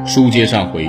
书接上回，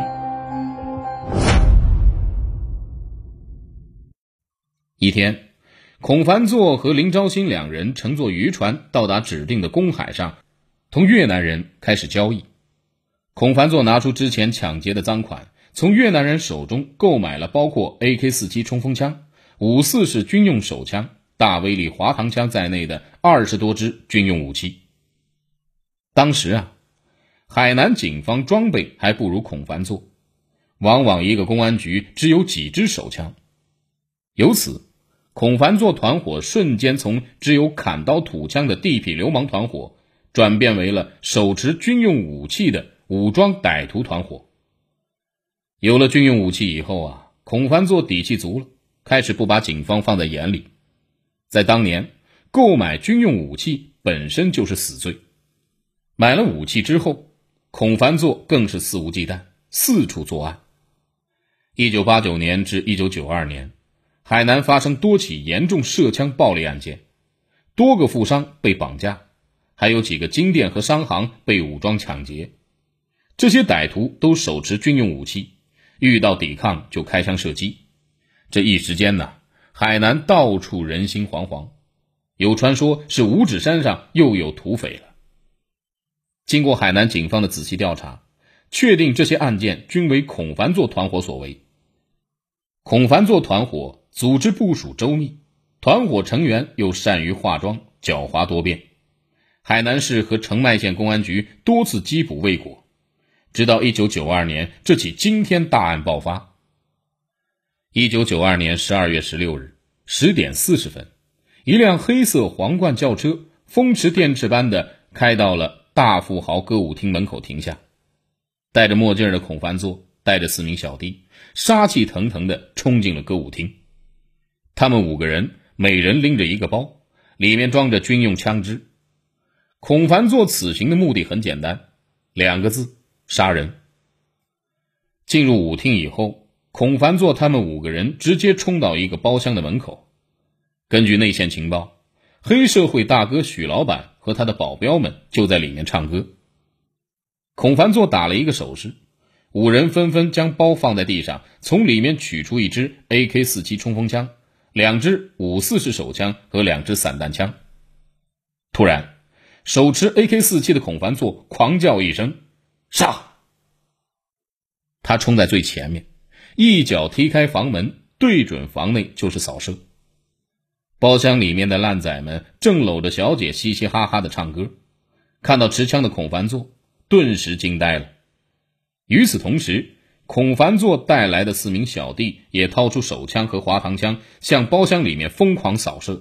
一天，孔繁祚和林昭新两人乘坐渔船到达指定的公海上，同越南人开始交易。孔繁祚拿出之前抢劫的赃款，从越南人手中购买了包括 AK-47 冲锋枪、5.4式军用手枪、大威力滑膛枪在内的20多支军用武器。当时海南警方装备还不如孔繁祚，往往一个公安局只有几支手枪。由此，孔繁祚团伙瞬间从只有砍刀土枪的地痞流氓团伙，转变为了手持军用武器的武装歹徒团伙。有了军用武器以后孔繁祚底气足了，开始不把警方放在眼里。在当年，购买军用武器本身就是死罪。买了武器之后，孔繁祚更是肆无忌惮，四处作案。1989年至1992年，海南发生多起严重涉枪暴力案件，多个富商被绑架，还有几个金店和商行被武装抢劫。这些歹徒都手持军用武器，遇到抵抗就开枪射击。这一时间海南到处人心惶惶，有传说是五指山上又有土匪了。经过海南警方的仔细调查，确定这些案件均为孔繁祚团伙所为。孔繁祚团伙组织部署周密，团伙成员又善于化妆，狡猾多变。海南市和澄迈县公安局多次缉捕未果，直到1992年这起惊天大案爆发。1992年12月16日10点40分，一辆黑色皇冠轿车风驰电掣般的开到了大富豪歌舞厅门口停下。戴着墨镜的孔繁祚带着4名小弟，杀气腾腾地冲进了歌舞厅。他们5个人每人拎着一个包，里面装着军用枪支。孔繁祚此行的目的很简单，2个字：杀人。进入舞厅以后，孔繁祚他们5个人直接冲到一个包厢的门口。根据内线情报，黑社会大哥许老板和他的保镖们就在里面唱歌。孔繁祚打了一个手势，5人纷纷将包放在地上，从里面取出一支 AK-47 冲锋枪、2支5.4式手枪和2支散弹枪。突然，手持 AK-47 的孔繁祚狂叫一声：杀！他冲在最前面，一脚踢开房门，对准房内就是扫射。包厢里面的烂仔们正搂着小姐嘻嘻哈哈的唱歌，看到持枪的孔繁祚顿时惊呆了。与此同时，孔繁祚带来的4名小弟也掏出手枪和滑膛枪，向包厢里面疯狂扫射。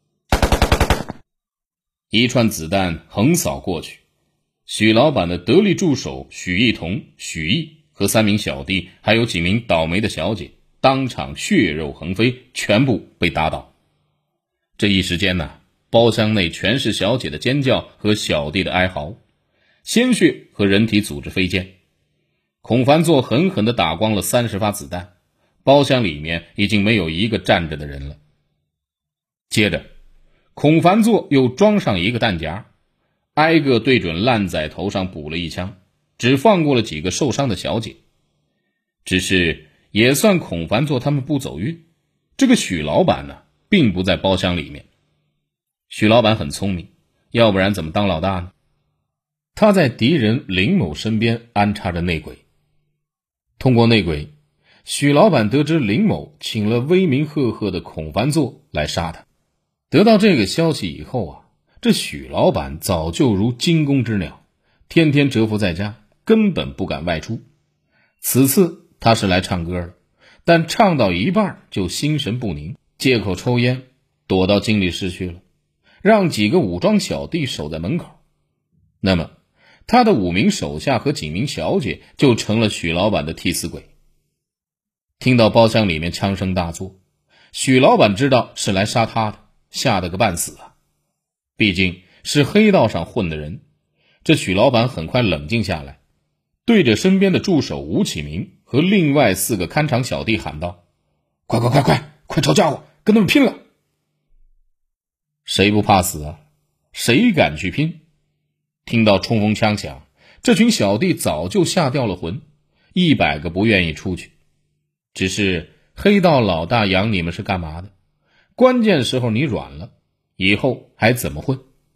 一串子弹横扫过去，许老板的得力助手许义同、许毅和3名小弟还有几名倒霉的小姐当场血肉横飞，全部被打倒。这一时间包厢内全是小姐的尖叫和小弟的哀嚎，鲜血和人体组织飞溅。孔繁祚狠狠地打光了30发子弹，包厢里面已经没有一个站着的人了。接着，孔繁祚又装上一个弹夹，挨个对准烂仔头上补了一枪，只放过了几个受伤的小姐。只是也算孔繁祚他们不走运，这个许老板并不在包厢里面。许老板很聪明，要不然怎么当老大呢？他在敌人林某身边安插着内鬼。通过内鬼，许老板得知林某请了威名赫赫的孔繁祚来杀他。得到这个消息以后这许老板早就如惊弓之鸟，天天蛰伏在家，根本不敢外出。此次他是来唱歌了，但唱到一半就心神不宁，借口抽烟躲到经理室去了，让几个武装小弟守在门口。那么他的5名手下和几名小姐就成了许老板的替死鬼。听到包厢里面枪声大作，许老板知道是来杀他的，吓得个半死毕竟是黑道上混的人。这许老板很快冷静下来，对着身边的助手吴启明和另外4个看场小弟喊道：快抄家伙，跟他们拼了！谁不怕死谁敢去拼？听到冲锋枪响， 这群小弟早就吓掉了魂，100个不愿意出去。只是黑道老大养你们是干嘛的？关键时候你软了，以后还怎么混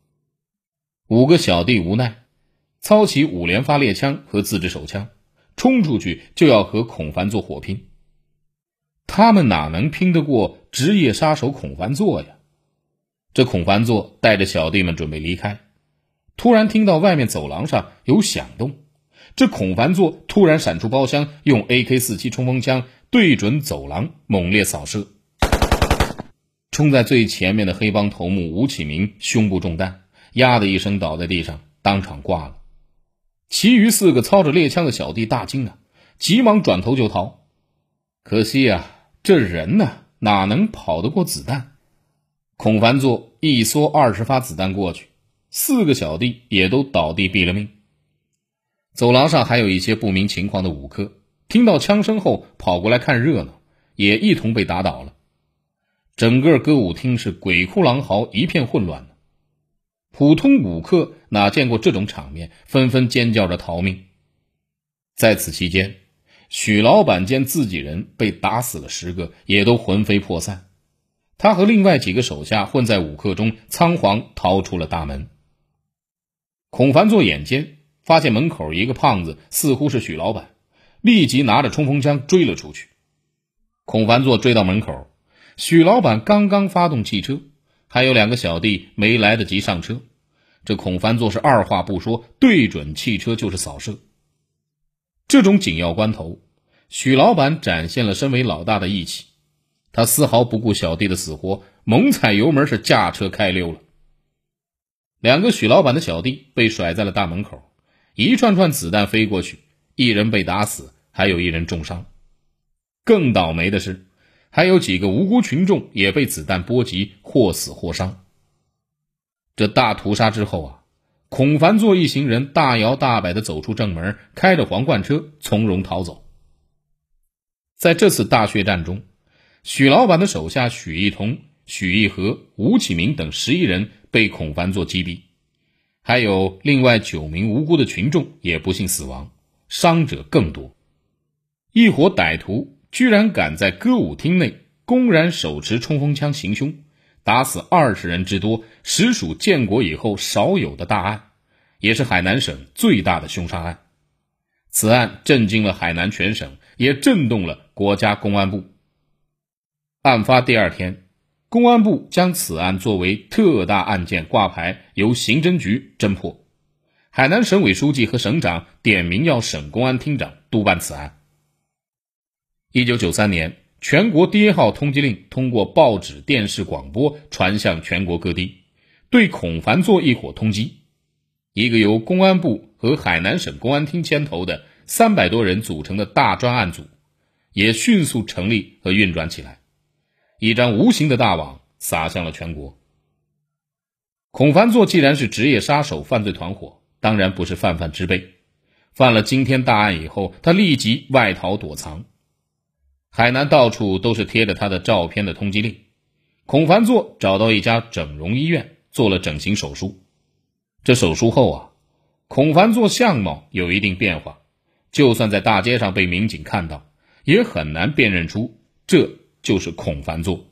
？5个小弟无奈，操起5连发猎枪和自制手枪，冲出去就要和孔繁作火拼。他们哪能拼得过职业杀手孔繁作呀？这孔繁作带着小弟们准备离开，突然听到外面走廊上有响动。这孔繁作突然闪出包厢，用 AK47 冲锋枪对准走廊猛烈扫射。冲在最前面的黑帮头目吴启明胸部中弹，呀的一声倒在地上，当场挂了。其余4个操着猎枪的小弟大惊啊，急忙转头就逃。可惜啊，这人呢，哪能跑得过子弹？孔繁作一梭20发子弹过去，4个小弟也都倒地毙了命。走廊上还有一些不明情况的武客，听到枪声后跑过来看热闹，也一同被打倒了。整个歌舞厅是鬼哭狼嚎，一片混乱的。普通武客哪见过这种场面，纷纷尖叫着逃命。在此期间，许老板见自己人被打死了10个，也都魂飞魄散。他和另外几个手下混在武客中，仓皇逃出了大门。孔繁作眼尖，发现门口一个胖子似乎是许老板，立即拿着冲锋枪追了出去。孔繁作追到门口，许老板刚刚发动汽车，还有2个小弟没来得及上车。这孔繁作是二话不说，对准汽车就是扫射。这种紧要关头，许老板展现了身为老大的义气，他丝毫不顾小弟的死活，猛踩油门是驾车开溜了。2个许老板的小弟被甩在了大门口，一串串子弹飞过去，1人被打死，还有1人重伤。更倒霉的是，还有几个无辜群众也被子弹波及，或死或伤。这大屠杀之后啊，孔繁作一行人大摇大摆地走出正门，开着皇冠车从容逃走。在这次大血战中，许老板的手下许一同、许一和、吴启明等11人被孔繁作击毙，还有另外9名无辜的群众也不幸死亡，伤者更多。一伙歹徒居然敢在歌舞厅内公然手持冲锋枪行凶，打死20人之多，实属建国以后少有的大案，也是海南省最大的凶杀案。此案震惊了海南全省，也震动了国家公安部。案发第2天，公安部将此案作为特大案件挂牌，由刑侦局侦破。海南省委书记和省长点名要省公安厅长督办此案。1993年，全国第1号通缉令通过报纸、电视、广播传向全国各地，对孔繁作一伙通缉。一个由公安部和海南省公安厅牵头的300多人组成的大专案组，也迅速成立和运转起来，一张无形的大网撒向了全国。孔繁作既然是职业杀手犯罪团伙，当然不是泛泛之辈。犯了惊天大案以后，他立即外逃躲藏。海南到处都是贴着他的照片的通缉令。孔繁作找到一家整容医院做了整形手术。这手术后啊，孔繁作相貌有一定变化，就算在大街上被民警看到，也很难辨认出这就是孔繁作。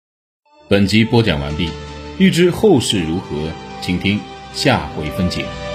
本集播讲完毕，欲知后事如何，请听下回分解。